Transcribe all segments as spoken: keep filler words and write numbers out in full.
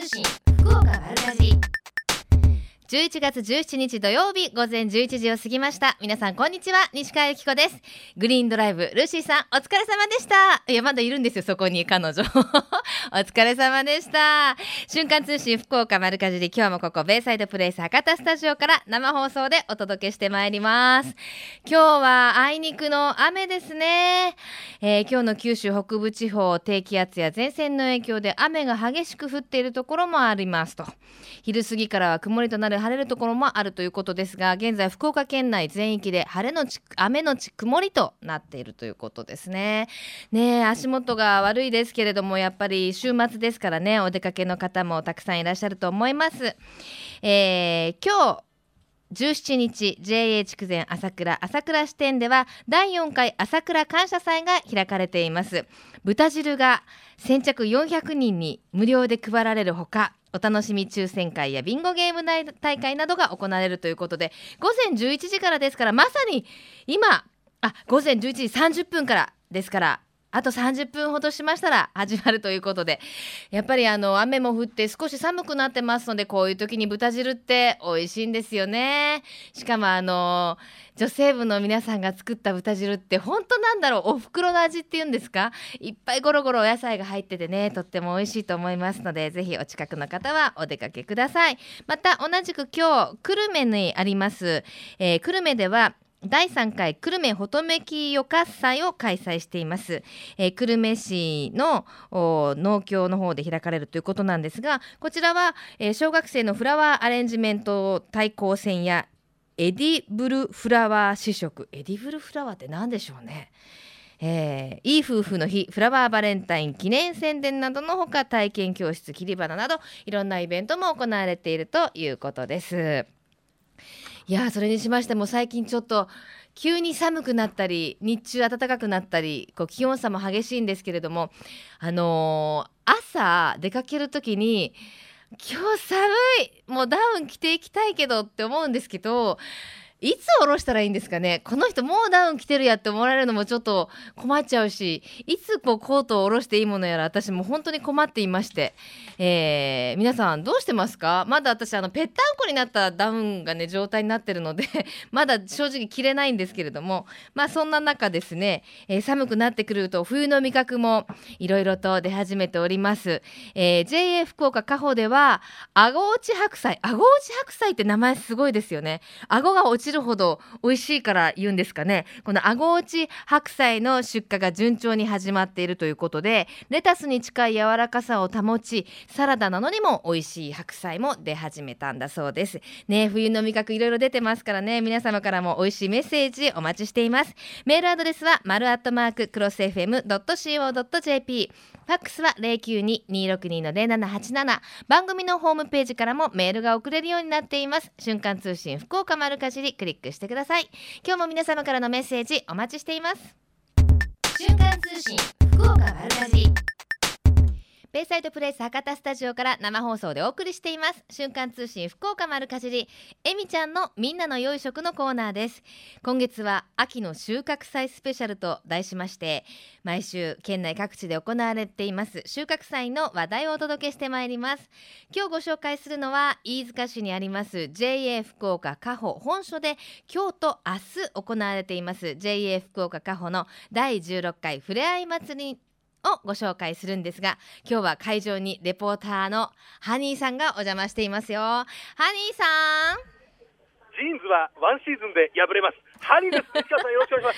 信福岡丸かじりじゅういちがつじゅうしちにち土曜日午前じゅういちじを過ぎました。皆さんこんにちは、西川由紀子です。グリーンドライブルーシーさんお疲れ様でした。いやまだいるんですよ、そこに彼女お疲れ様でした。瞬間通信福岡丸かじり、今日もここベイサイドプレイス博多スタジオから生放送でお届けしてまいります。今日はあいにくの雨ですね、えー、今日の九州北部地方、低気圧や前線の影響で雨が激しく降っているところもありますと。昼過ぎからは曇りとなる晴れるところもあるということですが、現在福岡県内全域で晴れのち雨のち曇りとなっているということですね。ねえ、足元が悪いですけれども、やっぱり週末ですからね、お出かけの方もたくさんいらっしゃると思います。えー、今日じゅうしちにち ジェーエー 筑前朝倉朝倉支店ではだいよんかい朝倉感謝祭が開かれています。豚汁が先着よんひゃくにんに無料で配られるほか、お楽しみ抽選会やビンゴゲーム大会などが行われるということで、午前じゅういちじからですから、まさに今あ午前じゅういちじさんじゅっぷんからですから、あとさんじゅっぷんほどしましたら始まるということで、やっぱりあの雨も降って少し寒くなってますので、こういう時に豚汁って美味しいんですよね。しかもあの女性部の皆さんが作った豚汁って本当なんだろう、お袋の味っていうんですか、いっぱいゴロゴロお野菜が入っててね、とっても美味しいと思いますので、ぜひお近くの方はお出かけください。また同じく今日久留米にあります、えー、久留米ではだいさんかい久留米ほとめきよか祭を開催しています。えー、久留米市の農協の方で開かれるということなんですが、こちらは、えー、小学生のフラワーアレンジメント対抗戦やエディブルフラワー試食、エディブルフラワーって何でしょうね。えー、いい夫婦の日、フラワーバレンタイン記念宣伝などのほか、体験教室、切り花などいろんなイベントも行われているということです。いや、それにしましても最近ちょっと急に寒くなったり、日中暖かくなったり、こう気温差も激しいんですけれども、あのー、朝出かけるときに今日寒い、もうダウン着ていきたいけどって思うんですけど、いつ下ろしたらいいんですかね。この人もうダウン着てるやって思われるのもちょっと困っちゃうし、いつこうコートを下ろしていいものやら、私も本当に困っていまして、えー、皆さんどうしてますか。まだ私あのぺったんこになったダウンがね状態になってるのでまだ正直着れないんですけれども、まあそんな中ですね、えー、寒くなってくると冬の味覚もいろいろと出始めております。えー、ジェーエー 福岡加穂ではあご落ち白菜、あご落ち白菜って名前すごいですよね。あごが落ちるほど美味しいから言うんですかね。このあご落ち白菜の出荷が順調に始まっているということで、レタスに近い柔らかさを保ち、サラダなのにも美味しい白菜も出始めたんだそうですね。冬の味覚いろいろ出てますからね、皆様からも美味しいメッセージお待ちしています。メールアドレスは丸アットマーククロス エフエムドットシーオードットジェーピー、ファックスは ゼロきゅうに にーろくに のゼロななはちなな、番組のホームページからもメールが送れるようになっています。瞬間通信福岡丸かじりクリックしてください。今日も皆様からのメッセージお待ちしています。瞬間通信福岡丸かじり、ベイサイドプレイス博多スタジオから生放送でお送りしています。瞬間通信福岡丸かじり、えみちゃんのみんなの良い食のコーナーです。今月は秋の収穫祭スペシャルと題しまして、毎週県内各地で行われています収穫祭の話題をお届けしてまいります。今日ご紹介するのは飯塚市にあります ジェーエー 福岡加穂本所で今日と明日行われています ジェーエー 福岡加穂のだいじゅうろっかいふれあい祭りをご紹介するんですが、今日は会場にレポーターのハニーさんがお邪魔していますよ。ハニーさん、 ジーンズはワンシーズンで破れます。ハニーです。石川さんよろしくお願いします。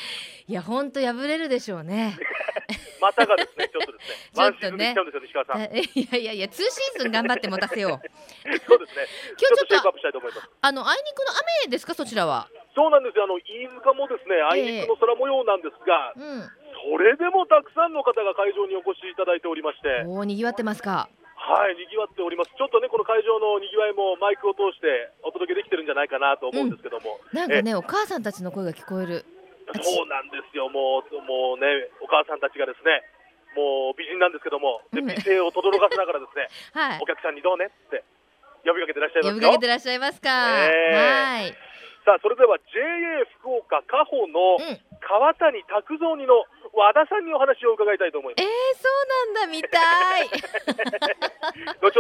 いや本当破れるでしょうねまたがですね、ちょっとですねちょっとね、 ワンシーズンできちゃうんですよ、石川さん。 いやいやいや、ツーシーズン頑張って持たせようそうですね、 今日ちょっとシェイプアップしたいと思います。 あのあいにくの雨ですか、そちらは。 そうなんですよ、あの飯塚もですね、あいにくの空模様なんですが、 えーうん、 それでもたくさんの方が会場にお越しいただいておりまして、 おー、にぎわってますか。 はい、にぎわっております。ちょっとね、この会場のにぎわいもマイクを通してお届けできてるんじゃないかなと思うんですけども、 うん、なんかね、お母さんたちの声が聞こえる。 そうなんですよ、もう、もうね、お母さんたちがですね、もう美人なんですけども、で美声を轟かせながらですね、はい、お客さんにどうねって呼びかけてらっしゃいますよ。 呼びかけてらっしゃいますか。えー、はい。 さあ、それでは ジェーエー 福岡加穂の川谷拓三にの和田さんにお話を伺いたいと思います。 えー、そうなんだ、見たい後ほ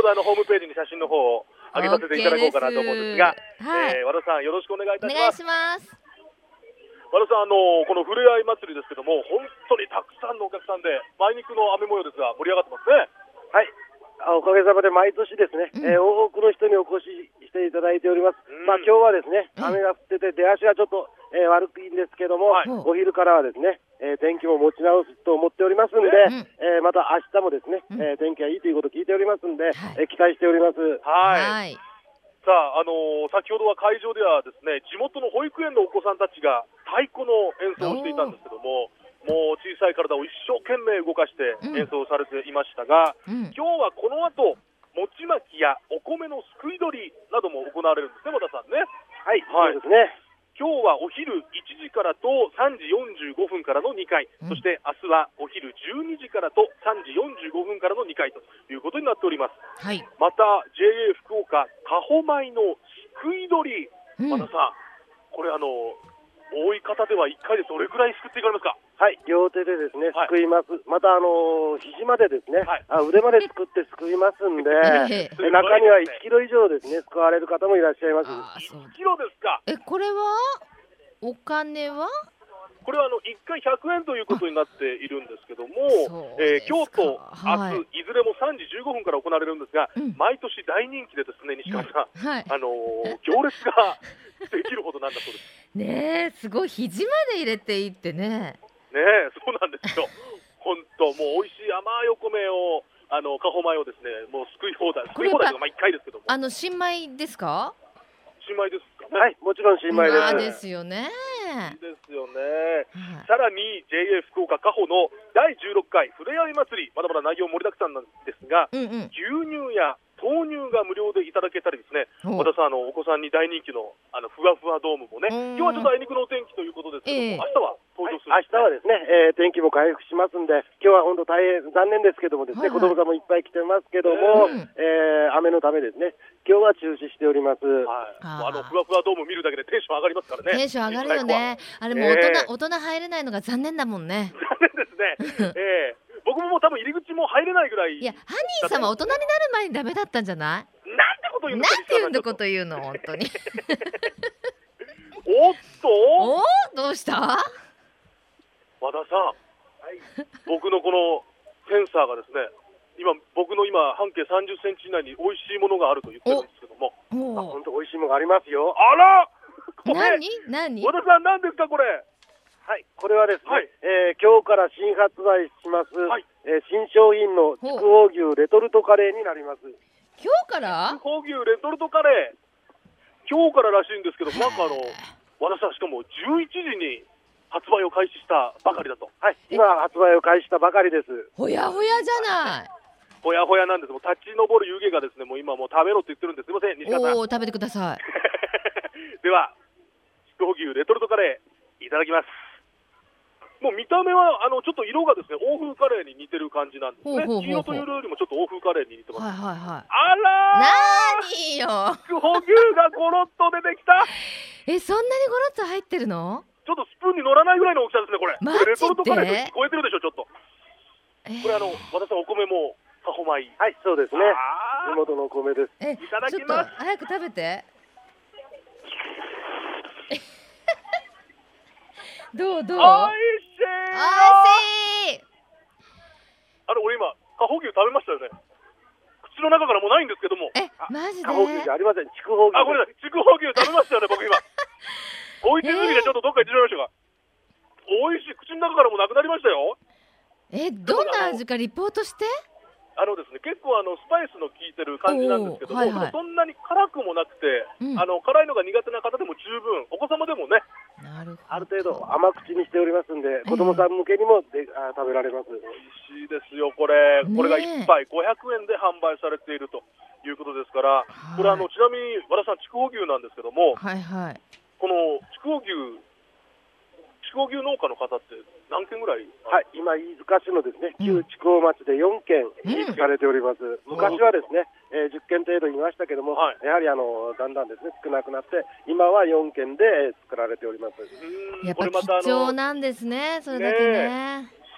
ほどあのホームページに写真の方を上げさせていただこうかなと思うんですが、 はい、 えー、和田さんよろしくお願いいたします。 お願いします。 和田さん、あのこのふれあい祭りですけども、本当にたくさんのお客さんで、あいにくの雨模様ですが、盛り上がってますね。 はい、おかげさまで毎年ですね、うん、えー、多くの人にお越ししていただいております。うん、まあ今日はですね、雨が降ってて出足がちょっと、えー、悪いんですけども、はい、お昼からはですね、えー、天気も持ち直すと思っておりますんで、うん、えー、また明日もですね、うん、えー、天気がいいということを聞いておりますんで、はい、えー、期待しております。 はい。はい、さあ、あのー、先ほどは会場ではですね、地元の保育園のお子さんたちが太鼓の演奏をしていたんですけども、もう小さい体を一生懸命動かして演奏されていましたが、うん、今日はこの後餅まきやお米のすくい取りなども行われるんですね、和田さんね。 はい、はい、そうですね。 今日はお昼いちじからとさんじよんじゅうごふんからのにかい、うん、そして明日はお昼じゅうにじからとさんじよんじゅうごふんからのにかいということになっております。はい、また ジェイエー 福岡かほ米のすくい取り、うん、和田さん、これあの多い方ではいっかいでどれくらいすくっていかれますか？ はい、両手でですね、すくいます。はい、またあのー、肘までですね、はい、あ腕まですくってすくいますんで、えー、中にはいちキロ以上ですね、すくわれる方もいらっしゃいます。 いちキロですか？ え、これはお金は？ これはあのいっかいひゃくえんということになっているんですけども、えー、今日と明日、はい、いずれもさんじじゅうごふんから行われるんですが、うん、毎年大人気でですね、西川さん、はい、あのー、行列ができるほどなんだそうです。 ねえ、すごい、肘まで入れていってね。 ねえ、そうなんですよ。本当、もう美味しい甘いお米を、あの、かほ米をですね、もうすくい放題、すくい放題がまあいっかいですけども。 あの、新米ですか？ 新米ですかね。 はい、もちろん新米です。 あですよね。 いいですよね。はい、さらに ジェイエー 福岡かほのだいじゅうろっかいふれあい祭り、まだまだ内容盛りだくさんなんですが、うんうん、牛乳や豆乳が無料でいただけたりですね、和田さん、あのお子さんに大人気のあのふわふわドームもね、今日はちょっとあいにくのお天気ということですけども、えー、明日は登場する、 はい、明日はですね、えー、天気も回復しますんで、今日は本当大変残念ですけどもですね、はいはい、子供さんもいっぱい来てますけども、えーえー、雨のためですね、今日は中止しております。 はい、あのふわふわドーム見るだけでテンション上がりますからね。 テンション上がるよね。あれも大人、えー、大人入れないのが残念だもんね。 残念ですね。えー僕ももう多分入り口も入れないぐらい。 いや、ハニーさんは大人になる前にダメだったんじゃない？ なんてこと言うの？ なんて言うんこと言うの本当に。 おっと？ おどうした？ 和田さん、はい、僕のこのセンサーがですね、今僕の今半径さんじゅっセンチ以内に美味しいものがあると言ってるんですけども、 本当美味しいものがありますよ。 あら、 何何？ 和田さん何ですかこれ？ はい、これはですね、はい、えー、今日から新発売します、はい、えー、新商品の筑豊牛レトルトカレーになります。 今日から？ 筑豊牛レトルトカレー、今日かららしいんですけど、なんかあの和田さんしかもじゅういちじに発売を開始したばかりだと。 はい、今発売を開始したばかりです。 ほやほやじゃない。 ほやほやなんです。もう立ち上る湯気がですね、もう今もう食べろって言ってるんです。すみません、西川さん。 おー、食べてください。 では筑豊牛レトルトカレーいただきます。もう見た目はあのちょっと色がですね、欧風カレーに似てる感じなんですね。黄色というよりもちょっと欧風カレーに似てます。 はいはいはい。 あらー、なーによ。 筑豊牛がゴロッと出てきた。 え、そんなにゴロッと入ってるの？ ちょっとスプーンに乗らないぐらいの大きさですね、これ。 マジで？ レトルトカレーと超えてるでしょ、ちょっと。えー、これあの、和田さんお米もかほ米。 はい、そうですね。地元のお米です。 え、 いただきます。 早く食べて。どうどう？ おいしい。 おいしい。 あれ、俺今かほ牛食べましたよね。口の中からもうないんですけども。 え、マジで？ かほ牛じゃありません。筑豊牛。 あ、ごめんなさい。筑豊牛食べましたよね、僕今。美味しすぎてちょっとどっか行ってしまいましたが。美味しい。口の中からもなくなりましたよ。 え、どんな味かリポートして。 あのですね、結構あのスパイスの効いてる感じなんですけども、はいはい、そんなに辛くもなくて、うん、あの辛いのが苦手な方でも十分、お子様でもね、 なるほど、 ある程度甘口にしておりますんで、子供さん向けにもで、えー、あ食べられます。 美味しいですよ、これ、これがいっぱいごひゃくえんで販売されているということですから、これあのちなみに和田さん、筑豊牛なんですけども、 はいはい、この筑豊牛筑豊牛農家の方って何件ぐらい？ はい、今飯塚市のですね、旧筑豊町でよんけん飼育されております。うん、昔はですね、えー、じゅっけん程度いましたけども、はい、やはりあのだんだんですね少なくなって今はよんけんで作られております。 やっぱ貴重なんですね、それだけね。 新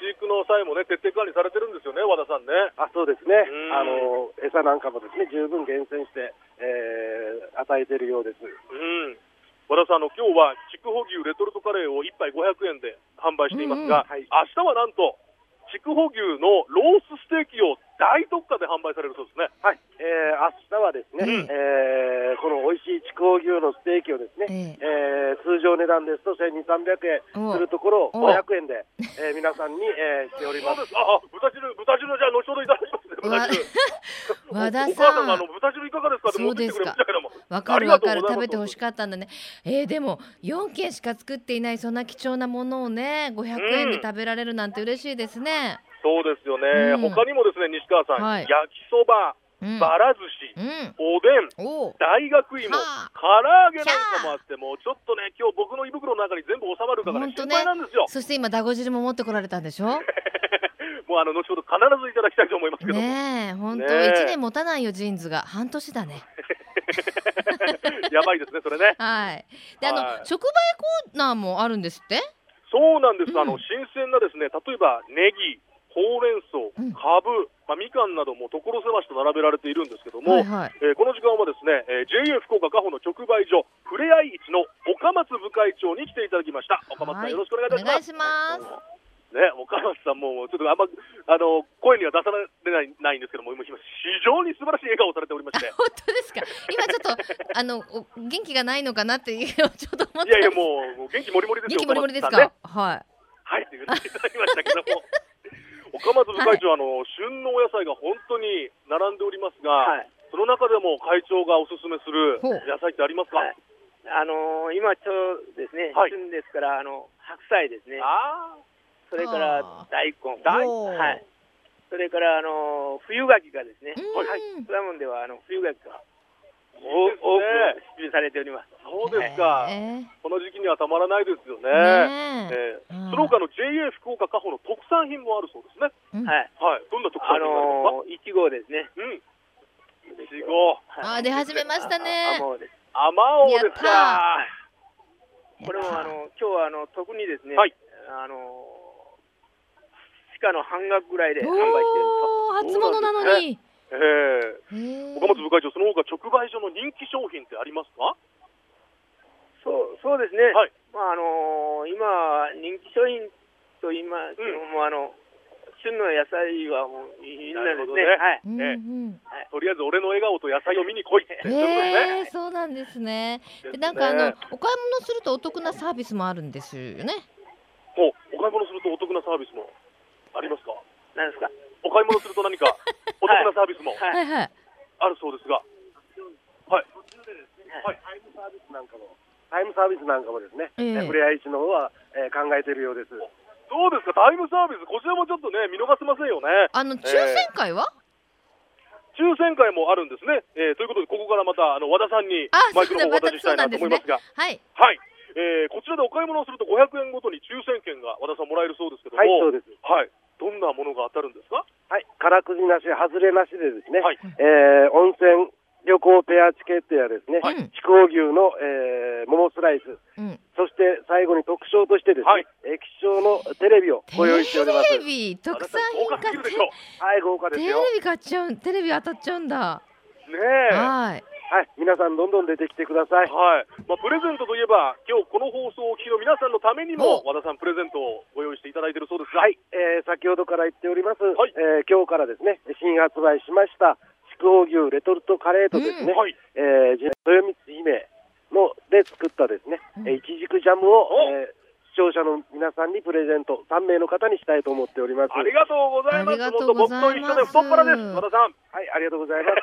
飼育の際もね徹底管理されてるんですよね、和田さんね。 あ、そうですね。あの餌なんかもですね十分厳選して、えー、与えているようです。 うん。和田さん、あの今日は筑穂牛レトルトカレーをいっぱいごひゃくえんで販売していますが、うんうん、はい、明日はなんと筑穂牛のロースステーキを大特価で販売されるそうですね。 はい、えー、明日はですね、うん、えー、この美味しい筑穂牛のステーキをですね、えーえー、通常値段ですとせんにひゃく、さんびゃくえんするところをごひゃくえんで、えー、皆さんに、えー、しております。 あ、豚汁、豚汁じゃあ後ほどいただきますね。豚汁。和田さん、お母さんがあの豚汁いかがですかって持ってきてくれましたけども。 わかるわかる、食べてほしかったんだね。えー、でもよんけんしか作っていないそんな貴重なものをねごひゃくえんで食べられるなんて嬉しいですね。 そうですよね、うん、他にもですね西川さん、はい、焼きそば、うん、ばら寿司、うん、おでん、大学芋、唐揚げなんかもあって、もうちょっとね今日僕の胃袋の中に全部収まるかが、ね、心配なんですよ。 そして今だご汁も持ってこられたんでしょもうあの後ほど必ずいただきたいと思いますけどもねえ、本当いちねん持たないよジーンズが。半年だねやばいですねそれね。 はい。で、あの、はい、直売コーナーもあるんですって。 そうなんです、うん、あの新鮮なですね、例えばネギ、ほうれん草、かぶ、まあ、みかんなども所狭しと並べられているんですけども、はいはい、えー、この時間はですね、えー、ジェイエー 福岡加穂の直売所ふれあい市の岡松部会長に来ていただきました。岡松さん、よろしくお願いいたします。 お願いします。 ね、岡松さんもちょっとあんまあの声には出されない、ないんですけども、今非常に素晴らしい笑顔をされておりまして。 本当ですか。今ちょっとあの元気がないのかなっていうちょっと思って。 いやいやもう、もう元気もりもりですよ。 元気もりもりですか。ね、はい。 はいって言っていただきましたけども。岡松部会長、はい、あの旬のお野菜が本当に並んでおりますが、はい、その中でも会長がおすすめする野菜ってありますか？はい、 あのー、今ちょうどですね、はい、旬ですからあの白菜ですね。あそれから大根、はい、それからあのー、冬柿がですね、はい、果物ではあの冬柿が多く支給されております。 そうですか、えー、この時期にはたまらないですよね。ねえー、その他の ジェイエー 福岡加穂の特産品もあるそうですね。 うん、はい、 はい、どんな特産品がありますか？ いちごですね。 うん、いちご、 あ、出始めましたね。 あまおうです。 あまおうですか。 これもあの今日はあの特にですね、 はい、 あの市価の半額ぐらいで販売している。 初物なのに。 えー、岡松部会長、その他直売所の人気商品ってありますか？ そうそうですね、はい、まああのー、今、人気商品と言いますけども、うん、あの旬の野菜はもうみんなですね、はい、 うんうんはい、とりあえず俺の笑顔と野菜を見に来いって、 えー、そうなんですね。でなんかあのお買い物するとお得なサービスもあるんですよね。 お、お買い物するとお得なサービスもありますか？ 何ですか？ お買い物すると何かお得なサービスもはいはいあるそうですが、はい、 途中でですね、はい、タイムサービスなんかもタイムサービスなんかもですね、えー、ふれあい市の方は、えー、考えているようです。 どうですか、タイムサービス、こちらもちょっとね見逃せませんよね。 あの抽選会は、 えー、抽選会もあるんですね、えー、ということでここからまたあの和田さんにマイクの方をお渡ししたいなと思いますが、 はい、 はい、えー、こちらでお買い物をするとごひゃくえんごとに抽選券が和田さんもらえるそうですけども、 はい、そうです。 はい、どんなものが当たるんですか？ はい、からくじなし、外れなしでですね、はい、えー、温泉旅行ペアチケットやですね、はい、筑穂牛の、えー、桃スライス、うん、そして最後に特賞としてですね、はい、液晶のテレビをご用意しております。 テレビ特産品買って、 はい、豪華ですよ。 テレビ買っちゃう、テレビ当たっちゃうんだねえ。 はい、 はい、皆さんどんどん出てきてください。 はい、まあ、プレゼントといえば今日この放送を聞きの皆さんのためにも和田さんプレゼントをご用意していただいているそうですが、 はい、えー、先ほどから言っております、はい、えー、今日からですね新発売しました筑穂牛レトルトカレーとですね、うん、はい、えー、豊光姫ので作ったですね、うん、いちじくジャムを、えー視聴者の皆さんにプレゼントさんめいの方にしたいと思っております。 ありがとうございます。もっと僕と一緒で太っ腹です。和田さん。 はい、ありがとうございます。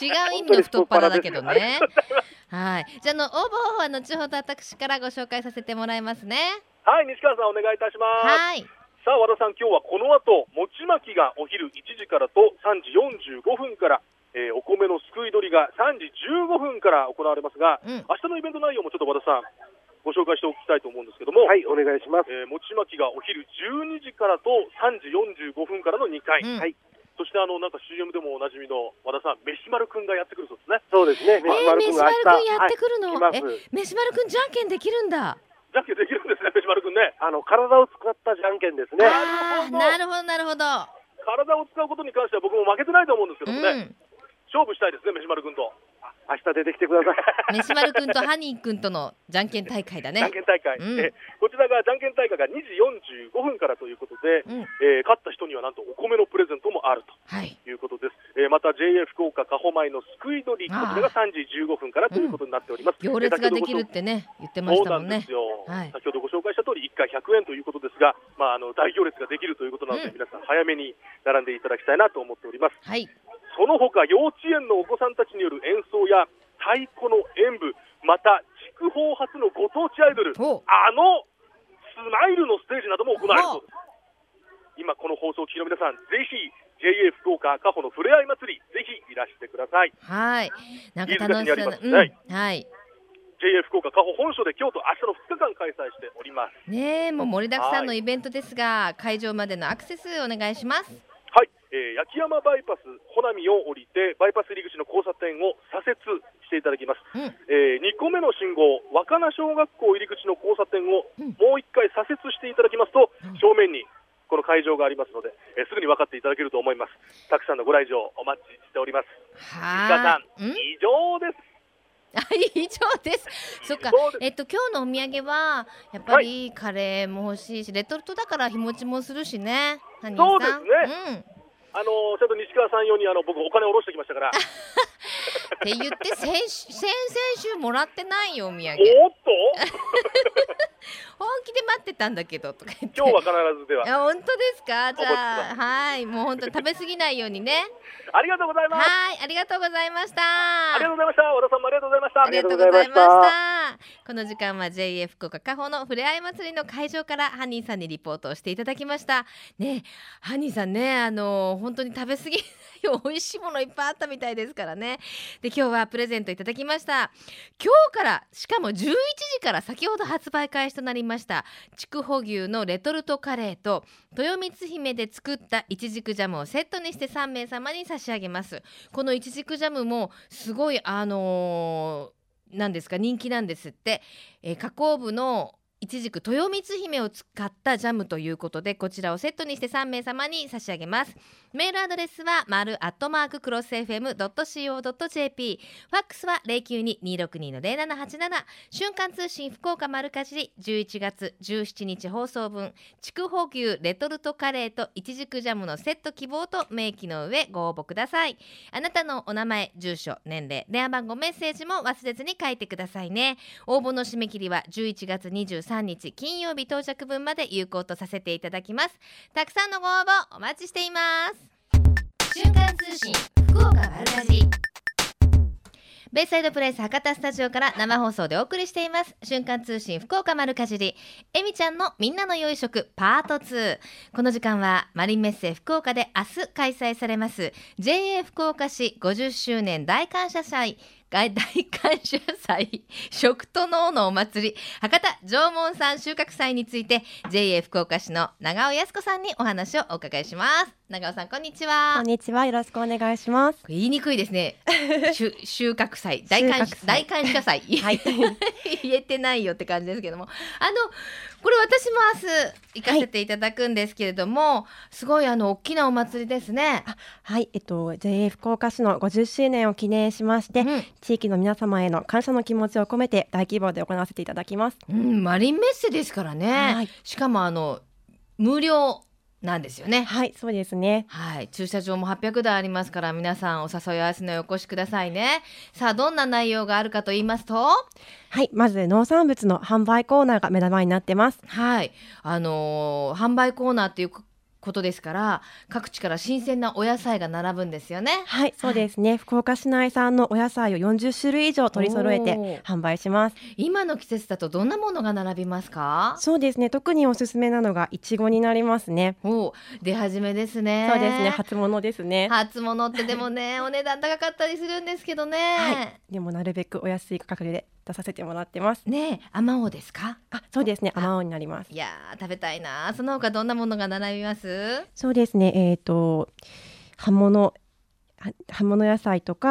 違う意味の太っ腹だけどね。はい。じゃあの応募方法は後ほど私からご紹介させてもらいますね。 はい、西川さんお願いいたします。 はい。 さあ和田さん、今日はこの後餅巻きがお昼いちじからとさんじよんじゅうごふんから、えー、お米のすくい取りがさんじじゅうごふんから行われますが、うん、明日のイベント内容もちょっと和田さんご紹介しておきたいと思うんですけども、 はい、お願いします。 えー、餅巻きがお昼じゅうにじからとさんじよんじゅうごふんからのにかい、うん、はい、そしてあのなんか シーエム でもおなじみの和田さん、飯丸くんがやってくるそうですね。 そうですね、 飯丸くんが明日、えー、飯丸くんやってくるの、はい、え、飯丸くんじゃんけんできるんだ。 じゃんけんできるんですね、飯丸くんね。 あの体を使ったじゃんけんですね。 あなるほどなるほど。 体を使うことに関しては僕も負けてないと思うんですけどもね、うん、勝負したいですね、飯丸くんと。 明日出てきてください。 飯丸くんとハニーくんとのじゃんけん大会だね。 じゃんけん大会、うん、えこちらがじゃんけん大会がにじよんじゅうごふんからということで、うんえー、勝った人にはなんとお米のプレゼントもあるということです、はいえー、また ジェイエー 福岡加穂米のすくい取り、こちらがさんじじゅうごふんからということになっております。 うん、行列ができるってね言ってましたもんね。 そうなんですよ、はい、先ほどご紹介した通りいっかいひゃくえんということですが、まあ、あの大行列ができるということなので、うん、皆さん早めに並んでいただきたいなと思っております、はい、その他幼稚園のお子さんたちによる演奏や太鼓の演舞、また筑豊初のご当地アイドル、あのスマイルのステージなども行われるそうです。今この放送を聞きの皆さん、ぜひ ジェイエー 福岡加穂のふれあい祭り、ぜひいらしてください。 はい、なんか楽しそうな、うん、はい。 ジェイエー 福岡加穂本所で今日と明日のふつかかん開催しております。 ねえ、もう盛りだくさんのイベントですが、会場までのアクセスお願いします。 はい、えー、焼山バイパス穂波を降りてバイパス入り口の交差点を左折していただきます、うんえー、にこめの信号若菜小学校入り口の交差点をもういっかい左折していただきますと、うん、正面にこの会場がありますので、えー、すぐに分かっていただけると思います。たくさんのご来場お待ちしております。 はーい、以上です。 以上です。そっか、えっと今日のお土産はやっぱりカレーも欲しいし、レトルトだから日持ちもするしね。 そうですね。うん、あのちょっと西川さん用にあの僕お金下ろしてきましたから。 って言って先先々週もらってないよお土産。 おっと。 本気で待ってたんだけどとか言って。 今日は必ずでは。 いや本当ですか。じゃあはいもう本当食べ過ぎないようにね。 ありがとうございます。 はいありがとうございました。 ありがとうございました。和田さんもありがとうございました。 ありがとうございました。この時間は ジェイエー 福岡加穂のふれあい祭りの会場からハニーさんにリポートをしていただきましたね。ハニーさんねあの本当に食べ過ぎ美味しいものいっぱいあったみたいですからね。で今日はプレゼントいただきました。今日からしかもじゅういちじから先ほど発売開始となりました筑豊牛のレトルトカレーと豊光姫で作ったいちじくジャムをセットにしてさんめいさまに差し上げます。このいちじくジャムもすごいあのー、なんですか人気なんですって、えー、加工部のいちじく豊光姫を使ったジャムということでこちらをセットにしてさんめいさまに差し上げます。メールアドレスは丸アットマーククロス エフエムドットシーオードットジェーピー、 ファックスは ゼロきゅうに にーろくに のゼロななはちなな、瞬間通信福岡丸かじりじゅういちがつじゅうしちにち放送分筑豊牛レトルトカレーといちじくジャムのセット希望と明記の上ご応募ください。あなたのお名前住所年齢電話番号メッセージも忘れずに書いてくださいね。応募の締め切りはじゅういちがつにじゅうさんにち金曜日到着分まで有効とさせていただきます。たくさんのご応募お待ちしています。瞬間通信福岡丸かじり、ベイサイドプレイス博多スタジオから生放送でお送りしています瞬間通信福岡丸かじり、えみちゃんのみんなの良い食パートツー。この時間はマリンメッセ福岡で明日開催されます ジェイエー 福岡市ごじゅっしゅうねん大感謝祭大感謝祭食と農のお祭り博多縄文産収穫祭について ジェイエー 福岡市の長尾靖子さんにお話をお伺いします。長尾さんこんにちは。 こんにちは、よろしくお願いします。 言いにくいですね収穫祭大感謝大感謝祭、はい、言えてないよって感じですけども、あのこれ私も明日行かせていただくんですけれども、はい、すごいあの大きなお祭りですね。 あはい、えっと ジェイエー 福岡市のごじゅっしゅうねんを記念しまして、うん、地域の皆様への感謝の気持ちを込めて大規模で行わせていただきます、 うん、マリンメッセですからね、はい、しかもあの無料なんですよね。 はいそうですね、 はい、駐車場もはっぴゃくだいありますから皆さんお誘い合わせのお越しくださいね。さあどんな内容があるかと言いますと、はいまず農産物の販売コーナーが目玉になってます。 はいあのー、販売コーナーっていうことですから各地から新鮮なお野菜が並ぶんですよね。 はいそうですね、はい、福岡市内産のお野菜をよんじゅっしゅるい以上取り揃えて販売します。 今の季節だとどんなものが並びますか？ そうですね、特におすすめなのがいちごになりますね。 お出始めですね。 そうですね、初物ですね。 初物ってでもねお値段高かったりするんですけどね、 はい、でもなるべくお安い価格で出させてもらってますね。あまおうですか？ あそうですね、あまおうになります。 いや食べたいな。その他どんなものが並びます？ そうですね、えーと葉物葉物野菜とかも、うん、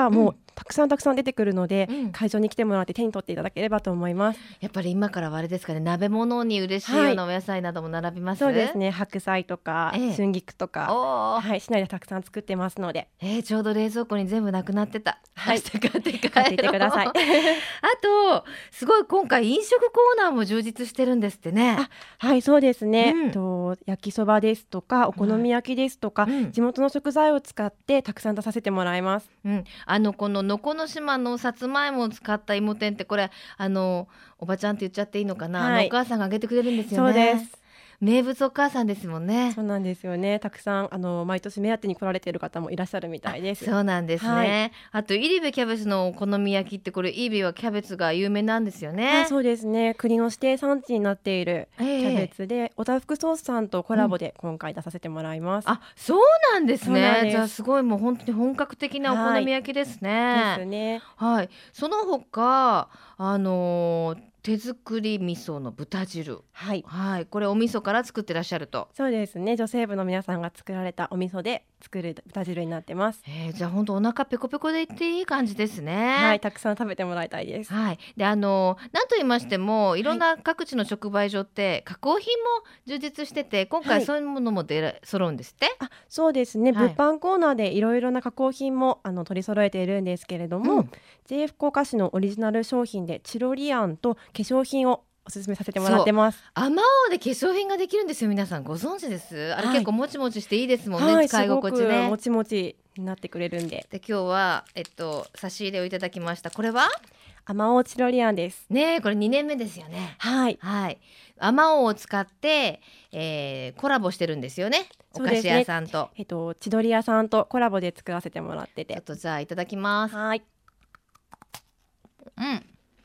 たくさんたくさん出てくるので、 うん、 会場に来てもらって手に取っていただければと思います。 やっぱり今からはあれですかね、鍋物に嬉しいようなお野菜なども並びます、 はい、そうですね、白菜とか、ええ、春菊とか、はい、市内でたくさん作ってますので、 えー、ちょうど冷蔵庫に全部なくなってた、 はい、 買って帰って買っていってくださいあとすごい今回飲食コーナーも充実してるんですってね。 あ、はい、そうですね、 うん、 と焼きそばですとかお好み焼きですとか、うん、地元の食材を使ってたくさん出させてもらいます、 うん、あのこの能古の島のさつまいもを使った芋天ってこれあのおばちゃんって言っちゃっていいのかな、はい、お母さんがあげてくれるんですよね。 そうです、 名物お母さんですもんね。 そうなんですよね。たくさんあの毎年目当てに来られている方もいらっしゃるみたいです。 そうなんですね、はい、あと入部キャベツのお好み焼きってこれ入部はキャベツが有名なんですよね。 あ、そうですね、国の指定産地になっているキャベツで、えー、おたふくソースさんとコラボで今回出させてもらいます、 うん、あ、そうなんですね。じゃあすごいもう本当に本格的なお好み焼きですね、 はい、ですね、 はい、その他あのー手作り味噌の豚汁、 はいはい、これお味噌から作ってらっしゃると。 そうですね、女性部の皆さんが作られたお味噌で作る豚汁になってます。 えー、じゃあ本当お腹ペコペコでいっていい感じですね。 はい、たくさん食べてもらいたいです。 はい、であの何と言いましてもいろんな各地の直売所って加工品も充実してて、今回そういうものも出、はい、揃うんですって。 あ、そうですね、はい、物販コーナーでいろいろな加工品もあの取り揃えているんですけれども、うん、ジェイエフ 福岡市のオリジナル商品でチロリアンと化粧品をおすすめさせてもらってます。 あまおうで化粧品ができるんですよ。皆さんご存知です？あれ結構もちもちしていいですもんね、はい、使い心地ね。 すごくもちもちになってくれるんで。 で今日は、えっと、差し入れをいただきました。これはあまおうチロリアンですね。これにねんめですよね。 はい、 はい、あまおうを使って、えー、コラボしてるんですよね。お菓子屋さんと、 ね、えっと、千鳥屋さんとコラボで作らせてもらってて、 ちょっとじゃあいただきます。 はい、 うんうん、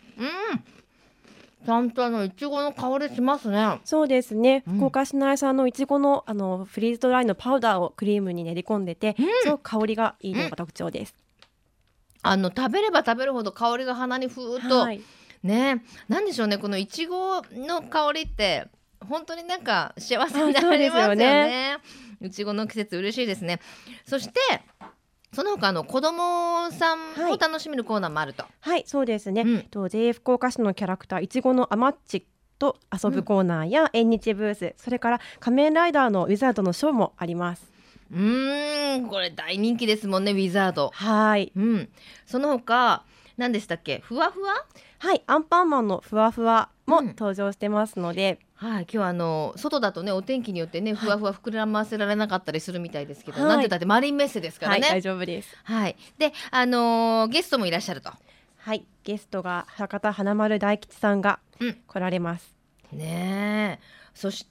ちゃんとあのいちごの香りしますね。 そうですね、うん、福岡市内産のいちごのあのフリーズドライのパウダーをクリームに練り込んでて、うん、すごく香りがいいのが特徴です、 うん、あの食べれば食べるほど香りが鼻にふーっと、はい、ね、なんでしょうね、このいちごの香りって本当になんか幸せになりますよね。いちごの季節嬉しいですね。そしてその他の子どもさんも楽しめるコーナーもあると。 はい、はい、そうですね、うん、と ジェイエフ 福岡市のキャラクターいちごのアマッチと遊ぶコーナーや縁日ブース、うん、それから仮面ライダーのウィザードのショーもあります。 うーん、これ大人気ですもんね、ウィザード。 はい、 うん、その他何でしたっけ、ふわふわ、 はい、アンパンマンのふわふわも登場してますので、 うん、はい、今日はあの外だとねお天気によってねふわふわ膨らませられなかったりするみたいですけど、はい、なんてだってマリンメッセですからね、 はい、大丈夫です。 はい、で、あのー、ゲストもいらっしゃると。 はい、ゲストが博多華丸大吉さんが来られます、 うん、ねえ。そして、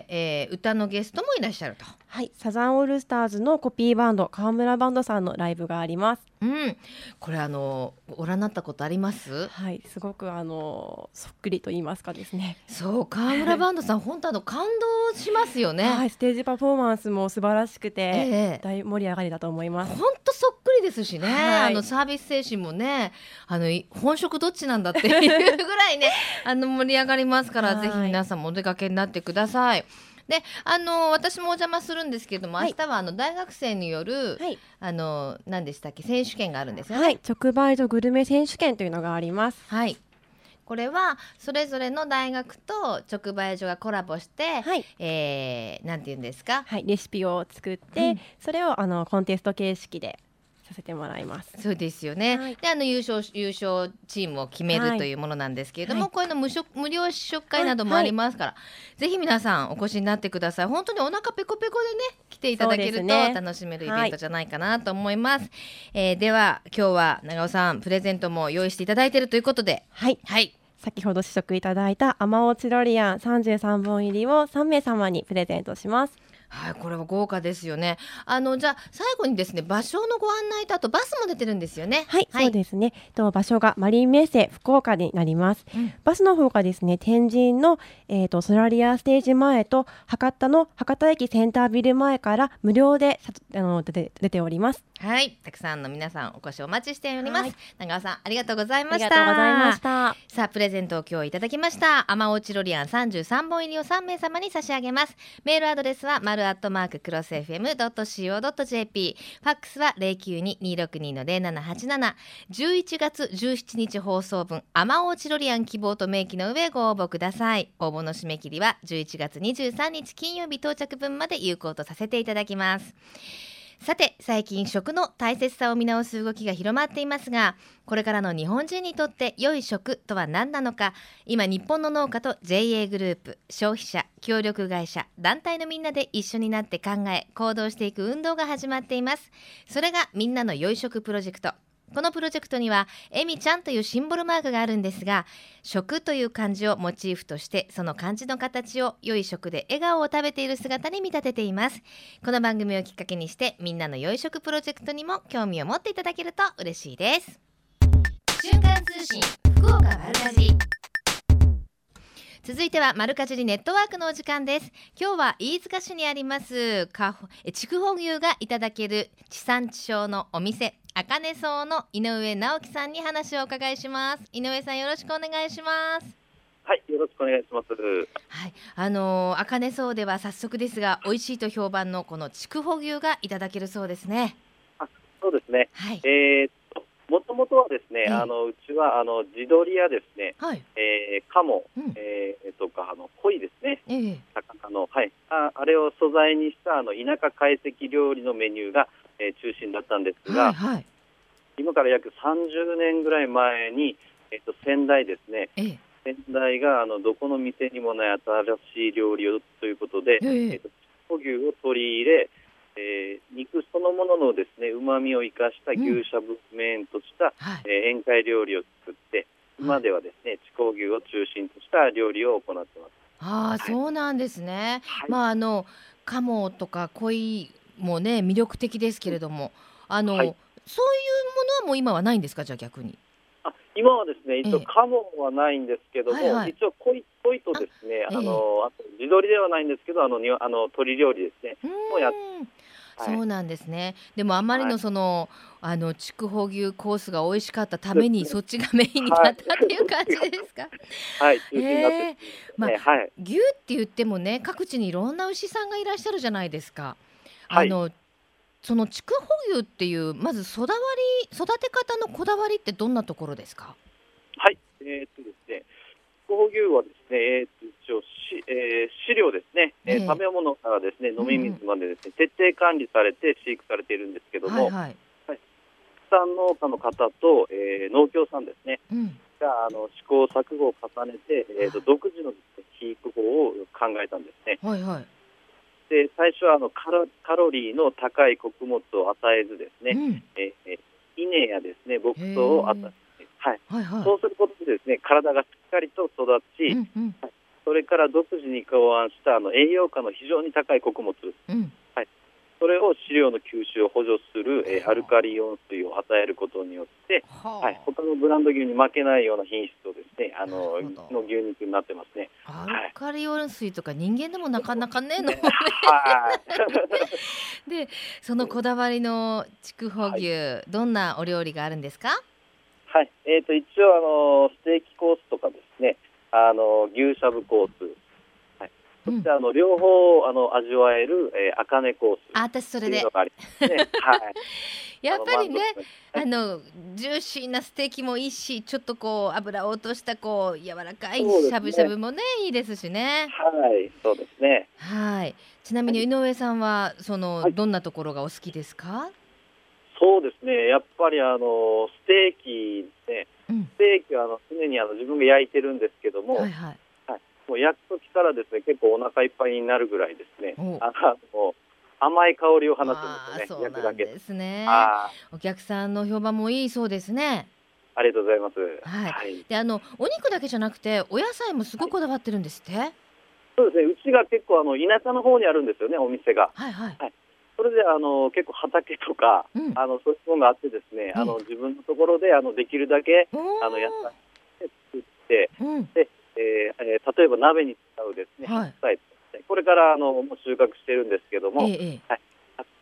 えー、歌のゲストもいらっしゃると。 はい、サザンオールスターズのコピーバンド川村バンドさんのライブがあります。 うん、これあのご覧になったことあります？ はい、すごくあのそっくりと言いますかですね。 そう、川村バンドさん本当あの感動しますよね。 はい、ステージパフォーマンスも素晴らしくて、えー、大盛り上がりだと思います。 本当そっくりですしね、はい、あのサービス精神もね、あの本職どっちなんだっていうぐらいねあの盛り上がりますから、ぜひ皆さんもお出かけになってください。で、あの私もお邪魔するんですけども、はい、明日はあの大学生による、はい、あの何でしたっけ、選手権があるんですよね。はい、 直売所グルメ選手権というのがあります。 はい、これはそれぞれの大学と直売所がコラボして、はい、えー、なんていうんですか、 はい、レシピを作って、うん、それをあのコンテスト形式でさせてもらいます。 そうですよね、はい、であの優勝優勝チームを決めるというものなんですけれども、はい、こういうの 無, 無料試食会などもありますから、はい、ぜひ皆さんお越しになってください。本当にお腹ペコペコでね来ていただけると楽しめるイベントじゃないかなと思います、はい、えー、では今日は長尾さんプレゼントも用意していただいているということで、 はい、はい、先ほど試食いただいたあまおうチロリアンさんじゅうさんぼん入りをさんめい様にプレゼントします。 はい、これは豪華ですよね。あのじゃあ最後にですね、場所のご案内とあとバスも出てるんですよね。 はい、はい、そうですね。と場所がマリンメッセ福岡になります、うん、バスの方がですね、天神の、えー、とソラリアステージ前と博多の博多駅センタービル前から無料であの出て、出ております。 はい、たくさんの皆さんお越しお待ちしております、はい、長尾さんありがとうございました。 ありがとうございました。 さあプレゼントを今日いただきましたあまおうチロリアンさんじゅうさんぼん入りをさんめい様に差し上げます。メールアドレスは丸アットマーククロス エフエムドットシーオードットジェーピー、 ファックスは ゼロきゅうに にーろくに のゼロななはちなな。 じゅういちがつじゅうしちにち放送分、あまおうチロリアン希望と明記の上ご応募ください。応募の締め切りはじゅういちがつにじゅうさんにち金曜日到着分まで有効とさせていただきます。さて、最近食の大切さを見直す動きが広まっていますが、これからの日本人にとって良い食とは何なのか、今日本の農家と ジェーエー グループ、消費者、協力会社、団体のみんなで一緒になって考え行動していく運動が始まっています。それがみんなの良い食プロジェクト。このプロジェクトにはえみちゃんというシンボルマークがあるんですが、食という漢字をモチーフとして、その漢字の形を良い食で笑顔を食べている姿に見立てています。この番組をきっかけにして、みんなの良い食プロジェクトにも興味を持っていただけると嬉しいです。瞬間通信福岡丸かじり。続いては丸かじりネットワークのお時間です。今日は飯塚市にあります筑穂牛がいただける地産地消のお店、あかね荘の井上直樹さんに話をお伺いします。井上さん、よろしくお願いします。 はい、よろしくお願いします。 はい、あのあかね荘では早速ですが、美味しいと評判のこの筑穂牛がいただけるそうですね。 あ、そうですね。 はい、 えーもともとはですね、えー、あのうちはあの地鶏やですね、はい、えー、鴨、うん、えー、とかあの鯉ですね、えー、魚の、はい、あ, あれを素材にしたあの田舎懐石料理のメニューが、えー、中心だったんですが、はいはい、今から約さんじゅうねんぐらい前に、えー、と先代ですね、えー、先代があのどこの店にもない新しい料理をということで、えーえー、と筑穂牛を取り入れ、えー、肉そのもののですね、旨味を生かした牛しゃぶメインとした、うん、はい、えー、宴会料理を作って、今ではですね、筑穂牛を中心とした料理を行っています。 ああ、はい、そうなんですね。はい、まああの鴨とか鯉もね魅力的ですけれども、あの、はい、そういうものはもう今はないんですか？じゃあ逆に。 あ、今はですね、一応鴨はないんですけども、ええ、はいはい、一応鯉鯉とですね、あ、あの、あと地鶏ではないんですけど、あのにあの鶏料理ですね、もうやって。 はい、そうなんですね。でもあまりのその、はい、あの筑穂牛コースが美味しかったために、そっちがメインになったっていう感じですか？ はい、中心になってますね。 まあ、はい、牛って言ってもね、各地にいろんな牛さんがいらっしゃるじゃないですか。はい、あのその筑穂牛っていうまず育わり育て方のこだわりってどんなところですか？ はい、えー、っとですね、筑穂牛はですね、えー、っと一応し、えー、飼料ですね、えーえー、食べ物からですね、飲み水までですね、うん、徹底管理されて飼育されているんですけども、はいはいはい、畜産農家の方と、えー、農協さんですね、うん、があの試行錯誤を重ねて、えー、と独自のですね、飼育法を考えたんですね。はいはい、で最初はあのカロ、カロリーの高い穀物を与えずですね、うん、えー、稲やですね、牧草を与えて、はいはいはい、そうすることでですね、体がしっかりと育ち、うんうん、はい、それから独自に考案したあの栄養価の非常に高い穀物、うん、はい、それを飼料の吸収を補助する、えー、アルカリ温水を与えることによって、はい、他のブランド牛に負けないような品質をですね、あのの牛肉になってますね。 アルカリ温水とか人間でもなかなかね、ので、そのこだわりの筑穂牛、はい、どんなお料理があるんですか？ はい、えー、と一応あのステーキコースとかですね、あの牛しゃぶコース、はい、そしてあの、うん、両方あの味わえる、えー、あかねコース、 あ、私それで、 ね、はい、 やっぱりね、あのジューシーなステーキもいいし、ちょっとこう油を落としたこう柔らかいしゃぶしゃぶもね、いいですしね。 はい、そうですね。 はい。ちなみに井上さんはその、はい、どんなところがお好きですか？ そうですね、やっぱりあのステーキですね、うん、ステーキはあの常にあの自分が焼いてるんですけども、はいはいはい、もう焼く時からですね、結構お腹いっぱいになるぐらいですね、あの甘い香りを放つんですよね。 そうなんですね。お客さんの評判もいいそうですね。 ありがとうございます。 はいはい、であのお肉だけじゃなくてお野菜もすごくこだわってるんですって？はい、 そうですね、うちが結構あの田舎の方にあるんですよね、お店が。はいはいはい、それであの結構畑とか、うん、あのそういうものがあってですね、うん、あの自分のところであのできるだけあの野菜で作って、うん、でえー、例えば鍋に使うですね、はい、白菜、これからあのもう収穫してるんですけども、ええ、はい、白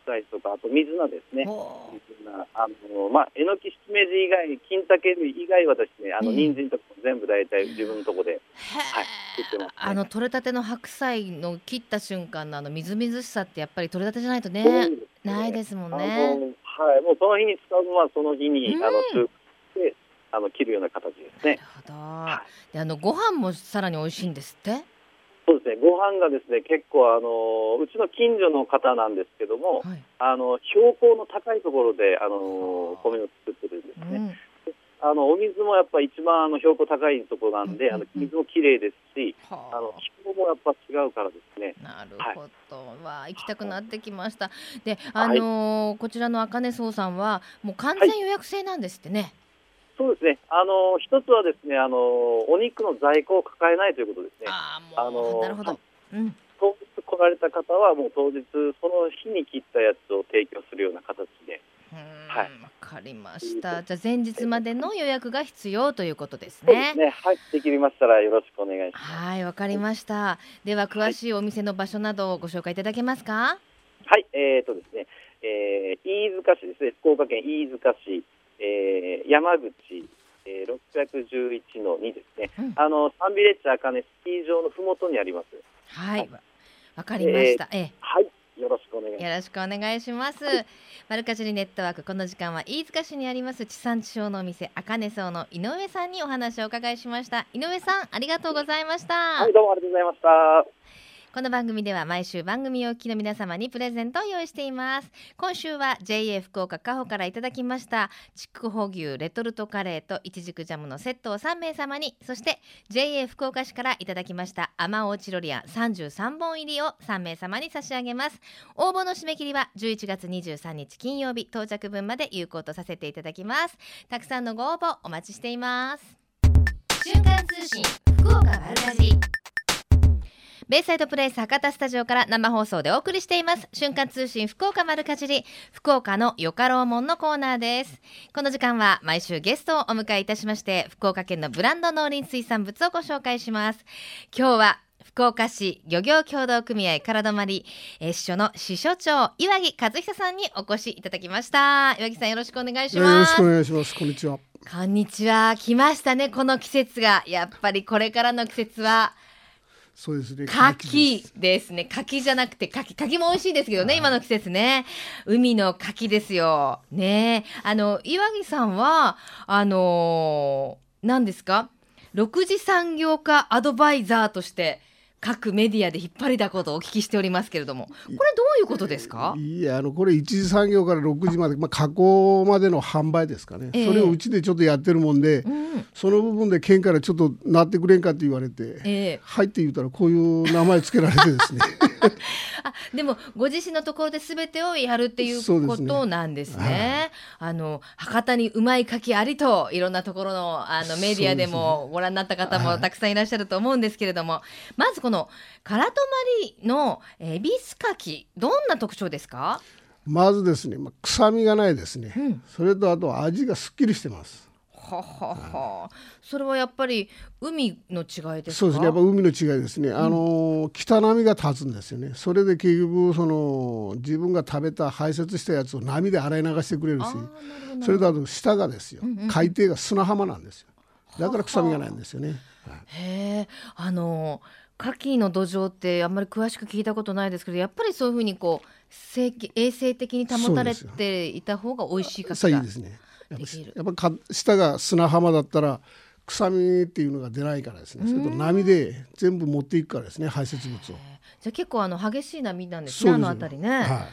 菜とか、あと水菜ですね。水菜、あのまあえのきしめじ以外、金竹類以外はですね、あの人参とかも全部大体自分のところで、はい、作ってますね。 あの取れたての白菜の切った瞬間のあのみずみずしさってやっぱり取れたてじゃないとね、ねないですもんね。 はい、もうその日に使うのはその日に、うん、あの収穫してあの切るような形ですね。 なるほど。はい、であのご飯もさらに美味しいんですって。 そうですね、ご飯がですね、結構あのうちの近所の方なんですけども、はい、あの標高の高いところであの米を作ってるんですね。うん、あのお水もやっぱ一番あの標高高いところなんで、うんうんうん、あの水もきれいですし、はあ、あの気候もやっぱ違うからですね。 なるほど、はい、わあ行きたくなってきました。で、あのーはい、こちらのあかね荘さんはもう完全予約制なんですってね。はい、 そうですね。あの一つはですね、あのお肉の在庫を抱えないということですね。 ああ、もうなるほど。うん、 当日来られた方はもう当日その日に切ったやつを提供するような形で。 はい。わかりました。じゃあ前日までの予約が必要ということですね。そうですね。はい。できましたらよろしくお願いします。 はい、わかりました。では詳しいお店の場所などをご紹介いただけますか。 はい。えーとですね、えー、飯塚市ですね。福岡県飯塚市、えー、山口。えー、ろっぴゃくじゅういちのにですね、うん、あのサンビレッジあかねスキー場のふもとにあります。 はい、わかりました。えー、えはい、よろしくお願いします。 よろしくお願いします。マルカジュリネットワーク、この時間は飯塚市にあります地産地消のお店あかね荘の井上さんにお話をお伺いしました。井上さん、ありがとうございました。 はい、どうもありがとうございました。 この番組では毎週番組をお聞きの皆様にプレゼントを用意しています。今週は ジェイエー 福岡加穂からいただきました筑穂牛レトルトカレーといちじくジャムのセットをさんめい様に、そして ジェイエー 福岡市からいただきましたあまおうチロリアンさんじゅうさんぼん入りをさんめい様に差し上げます。応募の締め切りはじゅういちがつにじゅうさんにち金曜日到着分まで有効とさせていただきます。たくさんのご応募お待ちしています。瞬間通信福岡丸かじり、ベイサイドプレイス博多スタジオから生放送でお送りしています瞬間通信福岡丸かじり、福岡のよかろうもんのコーナーです。この時間は毎週ゲストをお迎えいたしまして、福岡県のブランド農林水産物をご紹介します。今日は福岡市漁業協同組合からどまり支所の支所長岩木和久さんにお越しいただきました。岩木さん、よろしくお願いします。 よろしくお願いします。こんにちは。 こんにちは。来ましたね、この季節が。やっぱりこれからの季節はそうですね、 牡蠣ですね。牡蠣じゃなくて牡蠣、牡蠣も美味しいですけどね、はい、今の季節ね、海の牡蠣ですよね。あの岩木さんはあのー、何ですか、ろく次産業化アドバイザーとして各メディアで引っ張りだことをお聞きしておりますけれども、これどういうことですか？ いや、あのこれ一次産業からろくじまで、まあ、加工までの販売ですかね、えー、それをうちでちょっとやってるもんで、うん、その部分で県からちょっとなってくれんかって言われて、えー、はいって言ったらこういう名前つけられてですねあ、でもご自身のところで全てをやるっていうことなんですね。ですね、はい、あの博多にうまい牡蠣ありといろんなところ の, あのメディアでもご覧になった方もたくさんいらっしゃると思うんですけれども、はい、まずこの唐泊のエビスカキ、どんな特徴ですか？ まずですね、まあ、臭みがないですね、うん、それとあと味がすっきりしてます。 ははは、それはやっぱり海の違いですか？ そうですね、やっぱ海の違いですね、うん、あの北波が立つんですよね。それで結局その自分が食べた排泄したやつを波で洗い流してくれるし、それとあと下がですよ、うんうん、海底が砂浜なんですよ。だから臭みがないんですよね。はは、 へー、あの牡蠣の土壌ってあんまり詳しく聞いたことないですけど、やっぱりそういうふうにこう衛生的に保たれていた方が美味しい牡蠣がいいですね。やっぱ, やっぱ下が砂浜だったら臭みっていうのが出ないからですね。それと波で全部持っていくからですね、排泄物を。じゃあ結構あの激しい波なんですね、あのあたりね。はい、